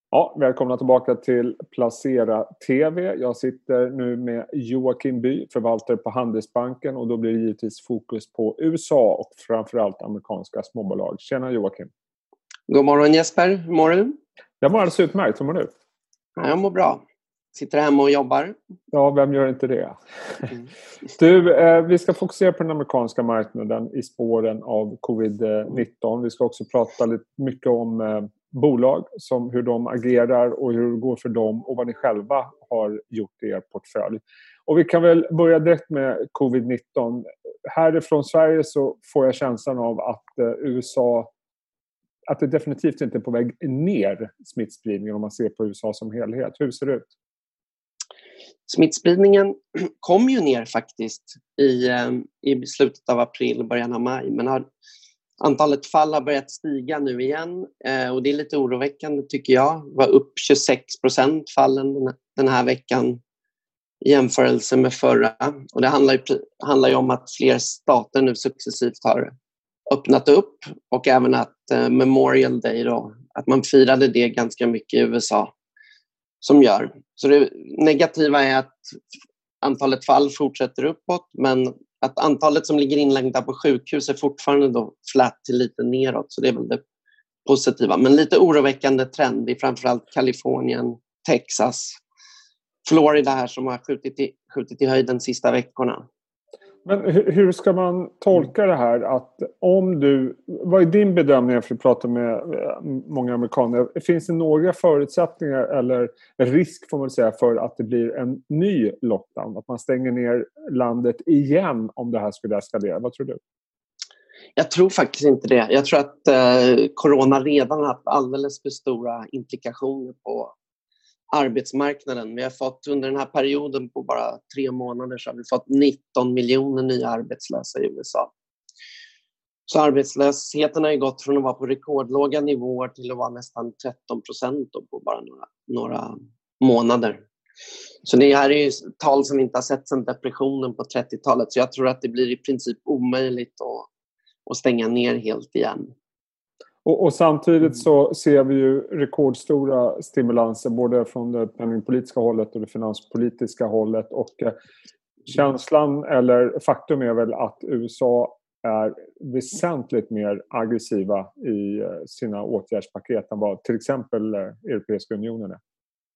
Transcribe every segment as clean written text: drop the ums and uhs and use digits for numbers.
Ja, välkomna tillbaka till Placera TV. Jag sitter nu med Joakim By, förvaltare på Handelsbanken, och då blir det givetvis fokus på USA och framförallt amerikanska småbolag. Tjena Joakim. God morgon Jesper, hur mår du? Jag mår alldeles utmärkt, hur mår du? Ja, jag mår bra. Sitter hemma och jobbar. Ja, vem gör inte det? Du, vi ska fokusera på den amerikanska marknaden i spåren av covid-19. Vi ska också prata lite mycket om bolag, som hur de agerar och hur det går för dem och vad ni själva har gjort i er portfölj. Och vi kan väl börja direkt med covid-19. Härifrån Sverige så får jag känslan av att USA, att det definitivt inte är på väg ner smittspridningen om man ser på USA som helhet. Hur ser det ut? Smittspridningen kom ju ner faktiskt i slutet av april, början av maj. Men antalet fall har börjat stiga nu igen. Och det är lite oroväckande tycker jag. Var upp 26% fallen den här veckan i jämförelse med förra. Och det handlar ju om att fler stater nu successivt har öppnat upp. Och även att Memorial Day då, att man firade det ganska mycket i USA som gör. Så det negativa är att antalet fall fortsätter uppåt, men att antalet som ligger inlagda på sjukhus är fortfarande då flat till lite neråt, så det är väl det positiva. Men lite oroväckande trend i framförallt Kalifornien, Texas, Florida här som har skjutit i höjden de sista veckorna. Men hur ska man tolka det här? Vad är din bedömning för att prata med många amerikaner? Finns det några förutsättningar eller risk får man säga för att det blir en ny lockdown? Att man stänger ner landet igen om det här skulle eskalera? Vad tror du? Jag tror faktiskt inte det. Jag tror att corona redan har haft alldeles för stora implikationer på arbetsmarknaden. Vi har fått under den här perioden på bara 3 månader så har vi fått 19 miljoner nya arbetslösa i USA. Så arbetslösheten har ju gått från att vara på rekordlåga nivåer till att vara nästan 13% på bara några månader. Så det här är ju tal som inte har sett sedan depressionen på 30-talet. Så jag tror att det blir i princip omöjligt att stänga ner helt igen. Och samtidigt så ser vi ju rekordstora stimulanser både från det penningpolitiska hållet och det finanspolitiska hållet. Och känslan eller faktum är väl att USA är väsentligt mer aggressiva i sina åtgärdspaket än vad till exempel Europeiska unionen är.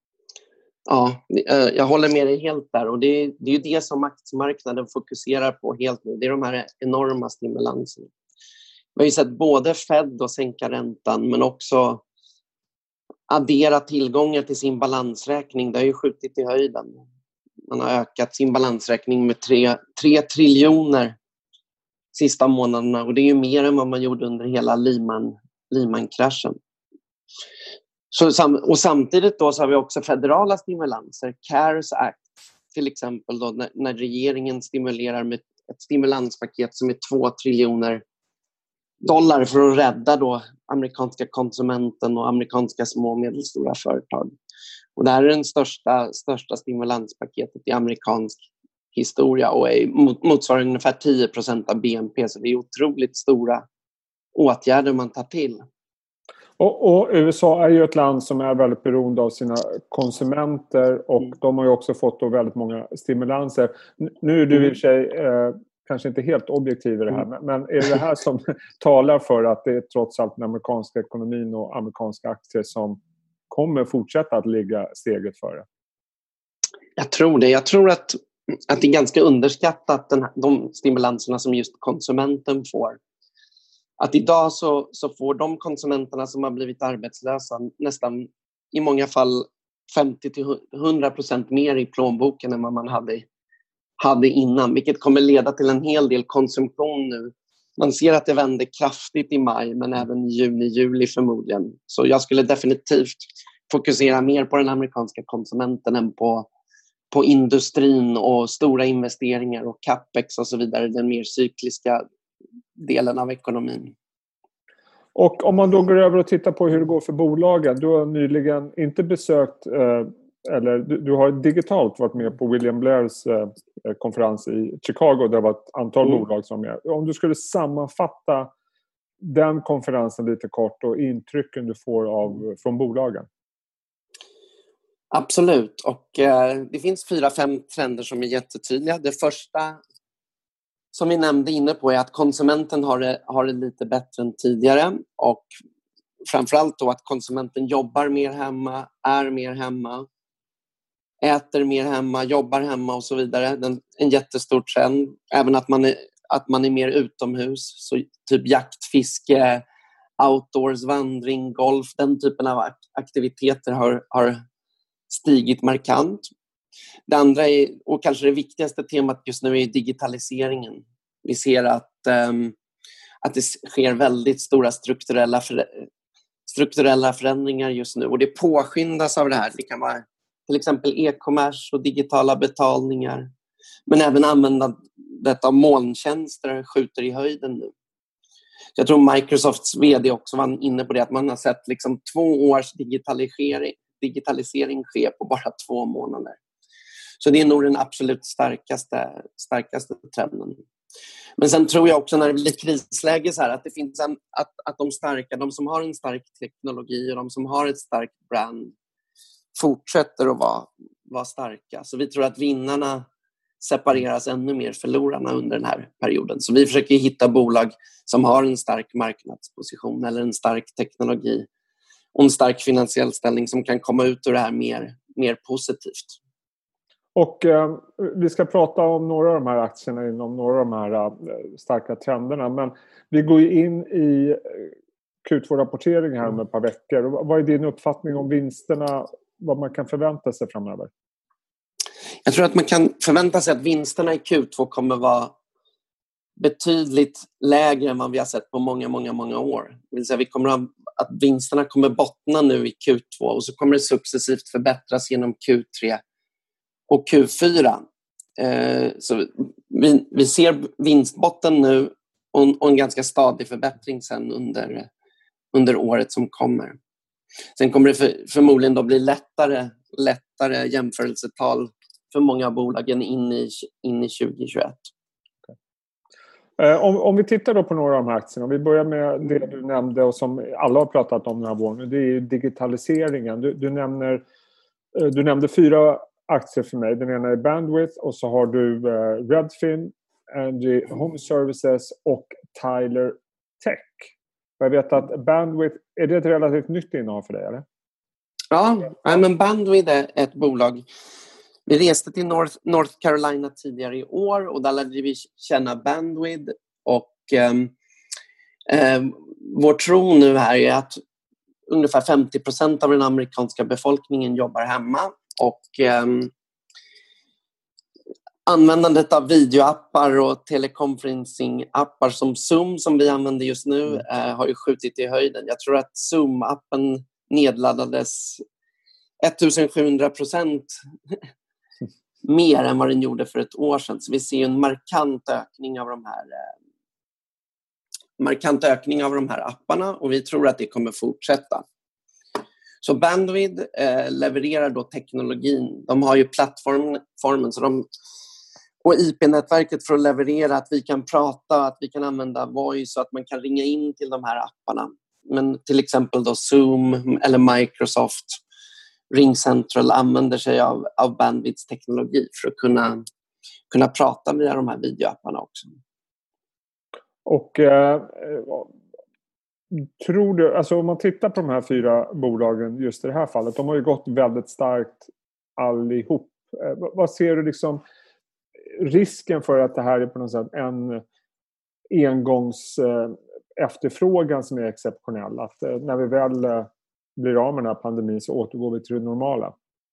Ja, jag håller med dig helt där. Och det är ju det som aktiemarknaden fokuserar på helt nu. Det är de här enorma stimulanserna. Vi har ju sett både Fed och sänka räntan men också addera tillgångar till sin balansräkning. Det har ju skjutit i höjden. Man har ökat sin balansräkning med 3 triljoner sista månaderna och det är ju mer än vad man gjorde under hela Lehman-kraschen. Och samtidigt då så har vi också federala stimulanser. CARES Act till exempel då, när regeringen stimulerar med ett stimulanspaket som är 2 triljoner dollar för att rädda då amerikanska konsumenten och amerikanska små och medelstora företag. Och det här är den största stimulanspaketet i amerikansk historia och motsvarar ungefär 10% av BNP. Så det är otroligt stora åtgärder man tar till. Och USA är ju ett land som är väldigt beroende av sina konsumenter och de har ju också fått då väldigt många stimulanser. Nu är du i och för sig kanske inte helt objektiv i det här, men är det här som talar för att det är trots allt den amerikanska ekonomin och amerikanska aktier som kommer fortsätta att ligga steget före? Jag tror det. Jag tror att det är ganska underskattat de stimulanserna som just konsumenten får. Att idag så får de konsumenterna som har blivit arbetslösa nästan i många fall 50-100% mer i plånboken än vad man hade innan, vilket kommer leda till en hel del konsumtion nu. Man ser att det vänder kraftigt i maj men även i juni-juli förmodligen. Så jag skulle definitivt fokusera mer på den amerikanska konsumenten än på industrin och stora investeringar och capex och så vidare, den mer cykliska delen av ekonomin. Och om man då går över och tittar på hur det går för bolagen. Du har nyligen inte besökt eller du har digitalt varit med på William Blairs konferens i Chicago. Det var ett antal bolag som är. Om du skulle sammanfatta den konferensen lite kort och intrycken du får från bolagen. Absolut, och det finns 4-5 trender som är jättetydliga. Det första som vi nämnde inne på är att konsumenten har det lite bättre än tidigare, och framförallt då att konsumenten jobbar mer hemma, är mer hemma, äter mer hemma, jobbar hemma och så vidare. En jättestor trend. Även att man är mer utomhus, så typ jakt, fiske, outdoors, vandring, golf, den typen av aktiviteter har stigit markant. Det andra är, och kanske det viktigaste temat just nu, är digitaliseringen. Vi ser att det sker väldigt stora strukturella förändringar just nu, och det påskyndas av det här. Det kan vara till exempel e-commerce och digitala betalningar, men även användandet av molntjänster skjuter i höjden nu. Jag tror Microsofts vd också var inne på det, att man har sett liksom 2 års digitalisering ske på bara 2 månader. Så det är nog den absolut starkaste trenden. Men sen tror jag också, när det blir krisläge så här, att det finns att de som har en stark teknologi och de som har ett starkt brand fortsätter att vara starka. Så vi tror att vinnarna separeras ännu mer förlorarna under den här perioden. Så vi försöker hitta bolag som har en stark marknadsposition eller en stark teknologi och en stark finansiell ställning som kan komma ut ur det här mer positivt. Och vi ska prata om några av de här aktierna inom några av de här starka trenderna. Men vi går ju in i Q2-rapportering här om ett par veckor. Vad är din uppfattning om vinsterna? Vad man kan förvänta sig framöver? Jag tror att man kan förvänta sig att vinsterna i Q2 kommer vara betydligt lägre än vad vi har sett på många år. Det vill säga att vinsterna kommer bottna nu i Q2, och så kommer det successivt förbättras genom Q3 och Q4. Så vi ser vinstbotten nu och en ganska stadig förbättring sen under året som kommer. Sen kommer det förmodligen då bli lättare jämförelsetal för många av bolagen in i 2021. Om vi tittar då på några av de här aktierna, om vi börjar med det du nämnde och som alla har pratat om den här våren, det är ju digitaliseringen. Du nämnde 4 aktier för mig. Den ena är Bandwidth, och så har du Redfin, Energy Home Services och Tyler Tech. Jag vet att Bandwidth, är det ett relativt nytt innehav för dig, eller? Ja, men Bandwidth är ett bolag. Vi reste till North Carolina tidigare i år, och där lärde vi känna Bandwidth, och vår tro nu här är att ungefär 50% av den amerikanska befolkningen jobbar hemma, och användandet av videoappar och teleconferencing-appar som Zoom, som vi använder just nu, har ju skjutit i höjden. Jag tror att Zoom-appen nedladdades 1700% mer än vad den gjorde för ett år sedan. Så vi ser en markant ökning av de här apparna, och vi tror att det kommer fortsätta. Så Bandwidth levererar då teknologin. De har ju plattformen och IP-nätverket för att leverera att vi kan prata, att vi kan använda voice, så att man kan ringa in till de här apparna. Men till exempel då Zoom eller Microsoft RingCentral använder sig av Bandwidths teknologi för att kunna prata via de här videoapparna också. Och tror du, alltså om man tittar på de här 4 bolagen just i det här fallet, de har ju gått väldigt starkt allihop. Vad ser du liksom risken för att det här är på något sätt en engångs efterfrågan som är exceptionell? Att när vi väl blir av med den här pandemin så återgår vi till det normala?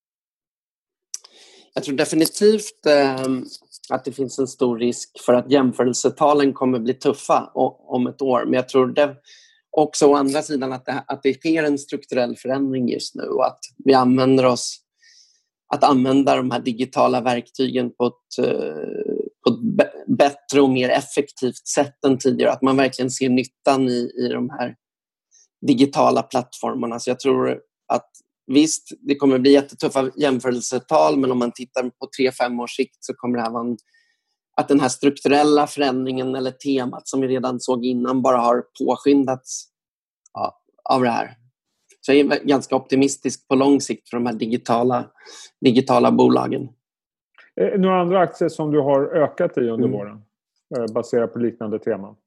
Jag tror definitivt att det finns en stor risk för att jämförelsetalen kommer bli tuffa om ett år. Men jag tror också å andra sidan att det sker en strukturell förändring just nu, och att vi använder de här digitala verktygen på ett bättre och mer effektivt sätt än tidigare. Att man verkligen ser nyttan i de här digitala plattformarna. Så jag tror att visst, det kommer bli jättetuffa jämförelsetal, men om man tittar på 3-5 års sikt så kommer det här vara att den här strukturella förändringen eller temat som vi redan såg innan bara har påskyndats av det här. Så jag är ganska optimistisk på lång sikt för de här digitala bolagen. Några andra aktier som du har ökat i under våren baserat på liknande teman?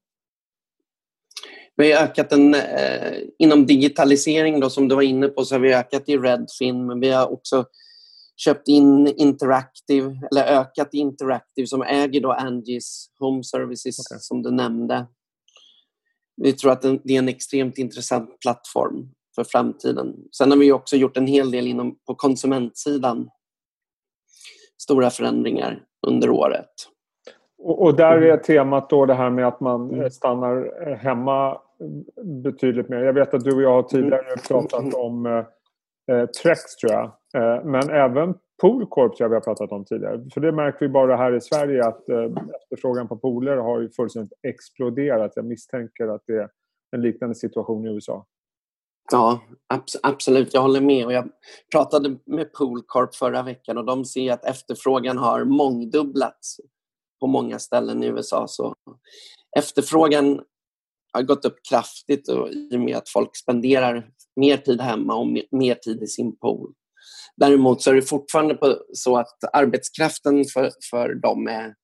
Vi har ökat inom digitalisering då, som du var inne på, så har vi ökat i Redfin, men vi har också köpt in Interactive, eller ökat Interactive som äger då Angies Home Services som du nämnde. Vi tror att det är en extremt intressant plattform för framtiden. Sen har vi också gjort en hel del på konsumentsidan. Stora förändringar under året. Och där är temat då det här med att man stannar hemma betydligt mer. Jag vet att du och jag har tidigare pratat om Trex, tror jag. Men även Poolcorp tror jag vi har pratat om tidigare. För det märker vi bara här i Sverige att efterfrågan på pooler har ju fullständigt exploderat. Jag misstänker att det är en liknande situation i USA. Ja, absolut. Jag håller med. Och jag pratade med Poolcorp förra veckan och de ser att efterfrågan har mångdubblats på många ställen i USA. Så efterfrågan har gått upp kraftigt och i och med att folk spenderar mer tid hemma och mer tid i sin pool. Däremot så är det fortfarande så att arbetskraften för dem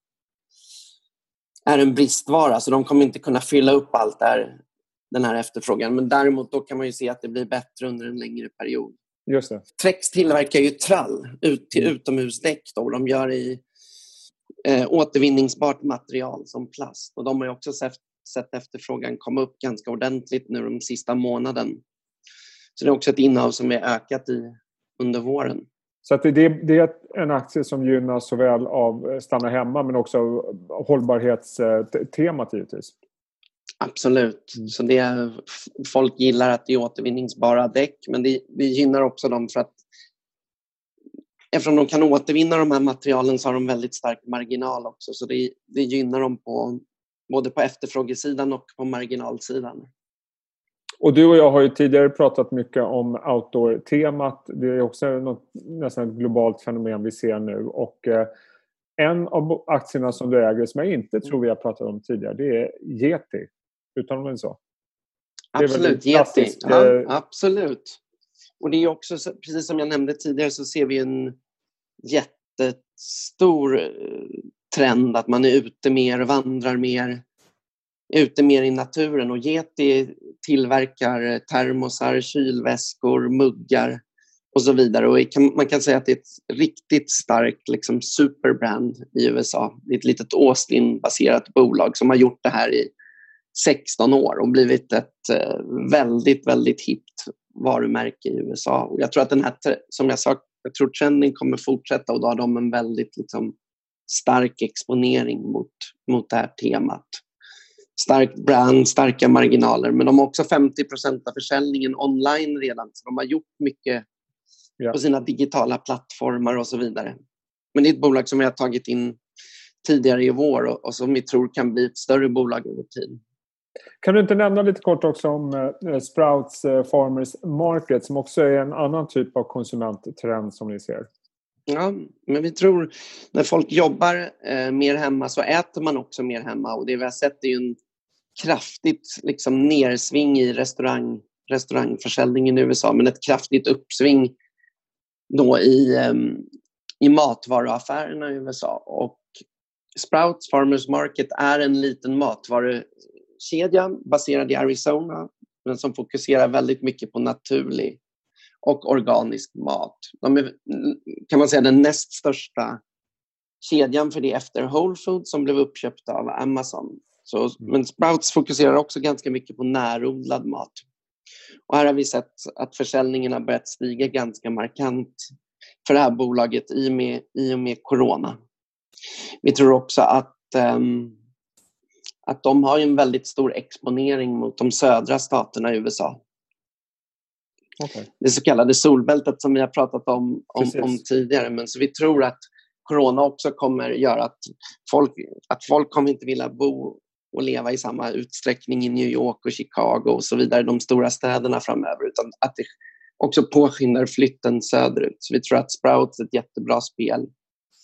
är en bristvara, så de kommer inte kunna fylla upp allt den här efterfrågan. Men däremot då kan man ju se att det blir bättre under en längre period. Just det. Trex tillverkar ju trall till utomhusdäck då. De gör i återvinningsbart material som plast. Och de har ju också sett efterfrågan komma upp ganska ordentligt nu de sista månaden. Så det är också ett innehav som är ökat under våren. Så att det är en aktie som gynnas såväl av stanna hemma men också av hållbarhetstemat givetvis. Absolut. Så folk gillar att det är återvinningsbara däck, men det gynnar också dem för att eftersom de kan återvinna de här materialen så har de väldigt stark marginal också. Så det gynnar dem både på efterfrågesidan och på marginalsidan. Och du och jag har ju tidigare pratat mycket om outdoor-temat. Det är också nästan ett globalt fenomen vi ser nu. Och en av aktierna som du äger som jag inte tror vi har pratat om tidigare, det är Yeti. Utan man så. Absolut, Yeti. Ja, absolut. Och det är också, precis som jag nämnde tidigare, så ser vi en jättestor trend att man är ute mer, vandrar mer, ute mer i naturen. Och Yeti tillverkar termosar, kylväskor, muggar och så vidare. Och man kan säga att det är ett riktigt starkt liksom, superbrand i USA. Det är ett litet Austin-baserat bolag som har gjort det här i 16 år och blivit ett väldigt, väldigt hippt varumärke i USA. Och jag tror att den här, som jag sa, jag tror trenden kommer fortsätta och då har de en väldigt liksom, stark exponering mot det här temat. Starkt brand, starka marginaler, men de har också 50% av försäljningen online redan, så de har gjort mycket på sina digitala plattformar och så vidare. Men det är ett bolag som vi har tagit in tidigare i vår och som vi tror kan bli ett större bolag över tid. Kan du inte nämna lite kort också om Sprouts Farmers Market som också är en annan typ av konsumenttrend som ni ser? Ja, men vi tror när folk jobbar mer hemma så äter man också mer hemma, och det vi har sett är ju en kraftigt liksom, nersving i restaurangförsäljningen i USA, men ett kraftigt uppsving då i matvaruaffärerna i USA. Och Sprouts Farmers Market är en liten matvarukedja baserad i Arizona, men som fokuserar väldigt mycket på naturlig och organisk mat. De är, kan man säga, den näst största kedjan för det efter Whole Foods som blev uppköpt av Amazon. Men Sprouts fokuserar också ganska mycket på närodlad mat. Och här har vi sett att försäljningen har börjat stiga ganska markant för det här bolaget i och med corona. Vi tror också att de har en väldigt stor exponering mot de södra staterna i USA. Okay. Det så kallade solbältet som vi har pratat om tidigare. Men så vi tror att corona också kommer göra att folk kommer inte vilja bo och leva i samma utsträckning i New York och Chicago och så vidare, de stora städerna framöver, utan att det också påskyndar flytten söderut. Så vi tror att Sprouts är ett jättebra spel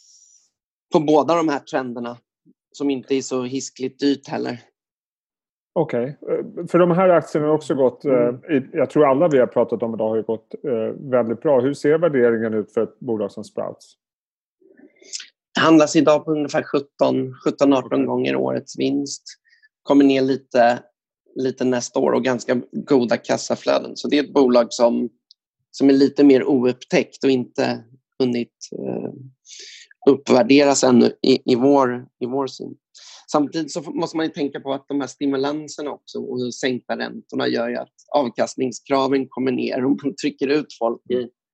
på båda de här trenderna som inte är så hiskligt dyrt heller. Okej. För de här aktierna har också gått, jag tror alla vi har pratat om idag har ju gått väldigt bra. Hur ser värderingen ut för ett bolag som Sprouts? Det handlas idag på ungefär 17-18 gånger årets vinst. Kommer ner lite nästa år och ganska goda kassaflöden. Så det är ett bolag som är lite mer oupptäckt och inte hunnit uppvärderas ännu i vår syn. Samtidigt så måste man ju tänka på att de här stimulanserna också och hur sänkta räntorna gör ju att avkastningskraven kommer ner och man trycker ut folk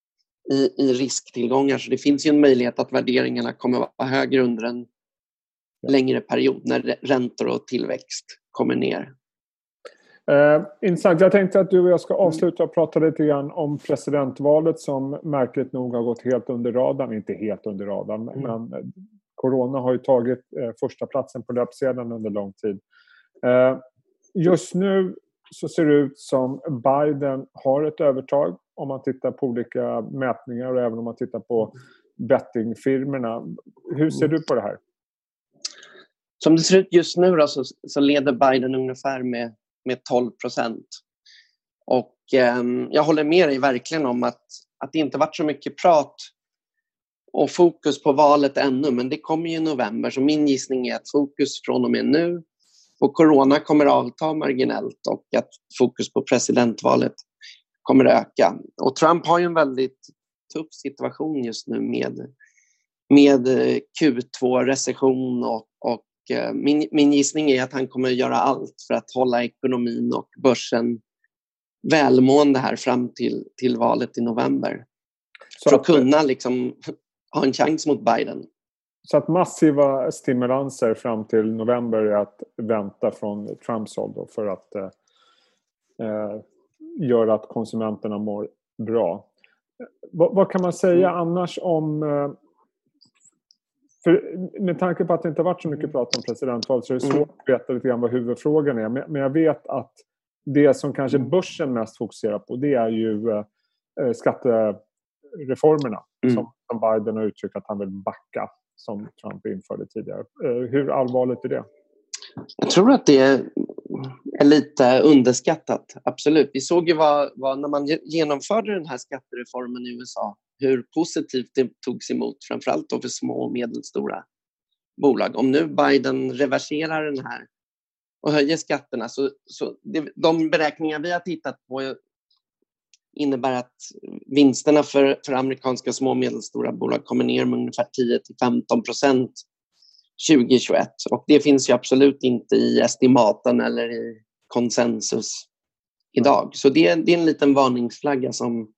i risktillgångar. Så det finns ju en möjlighet att värderingarna kommer vara högre under en längre period när räntor och tillväxt kommer ner. Intressant. Jag tänkte att du och jag ska avsluta och prata lite grann om presidentvalet som märkligt nog har gått helt under radarn. Inte helt under radarn, men corona har ju tagit första platsen på löpsedeln under lång tid. Just nu så ser det ut som Biden har ett övertag om man tittar på olika mätningar och även om man tittar på bettingfirmerna. Hur ser du på det här? Som det ser ut just nu då, så leder Biden ungefär med 12%. Och jag håller med dig verkligen om att det inte varit så mycket prat och fokus på valet ännu, men det kommer ju i november. Så min gissning är att fokus från och med nu på corona kommer att avta marginellt och att fokus på presidentvalet kommer att öka. Och Trump har ju en väldigt tuff situation just nu med Q2-recession och min gissning är att han kommer att göra allt för att hålla ekonomin och börsen välmående här fram till valet i november. Så för att kunna liksom ha en chans mot Biden. Så att massiva stimulanser fram till november är att vänta från Trumps håll då för att göra att konsumenterna mår bra. Vad kan man säga annars om... För med tanke på att det inte har varit så mycket prat om presidentval så är det svårt att veta lite grann vad huvudfrågan är. Men jag vet att det som kanske börsen mest fokuserar på det är ju skattereformerna som Biden har uttryckt att han vill backa som Trump införde tidigare. Hur allvarligt är det? Jag tror att det är lite underskattat, absolut. Vi såg ju vad när man genomförde den här skattereformen i USA, hur positivt det togs emot, framförallt då för små och medelstora bolag. Om nu Biden reverserar den här och höjer skatterna så de beräkningar vi har tittat på innebär att vinsterna för amerikanska små och medelstora bolag kommer ner med ungefär 10-15% 2021. Och det finns ju absolut inte i estimaten eller i konsensus idag. Så det är en liten varningsflagga som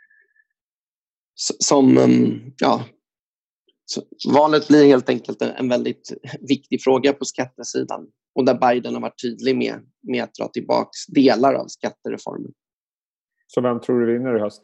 så valet blir helt enkelt en väldigt viktig fråga på skattesidan. Och där Biden har varit tydlig med att dra tillbaks delar av skattereformen. Så vem tror du vinner i höst?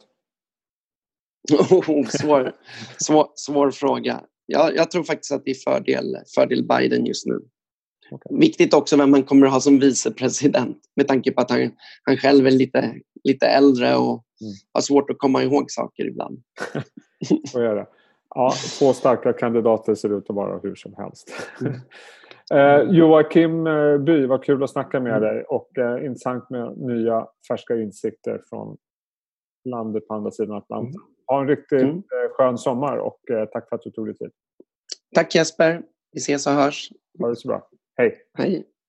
Svår fråga. Jag tror faktiskt att det är fördel Biden just nu. Okay. Viktigt också vem man kommer att ha som vicepresident med tanke på att han själv är lite äldre och har svårt att komma ihåg saker ibland. Så är det. Ja, 2 starka kandidater ser ut att vara hur som helst. Joakim By, vad kul att snacka med dig och intressant med nya färska insikter från landet på andra sidan Atlanten. Ha en riktigt skön sommar och tack för att du tog dig tid. Tack Jesper, vi ses och hörs. Ha det så bra. Hej. Hej.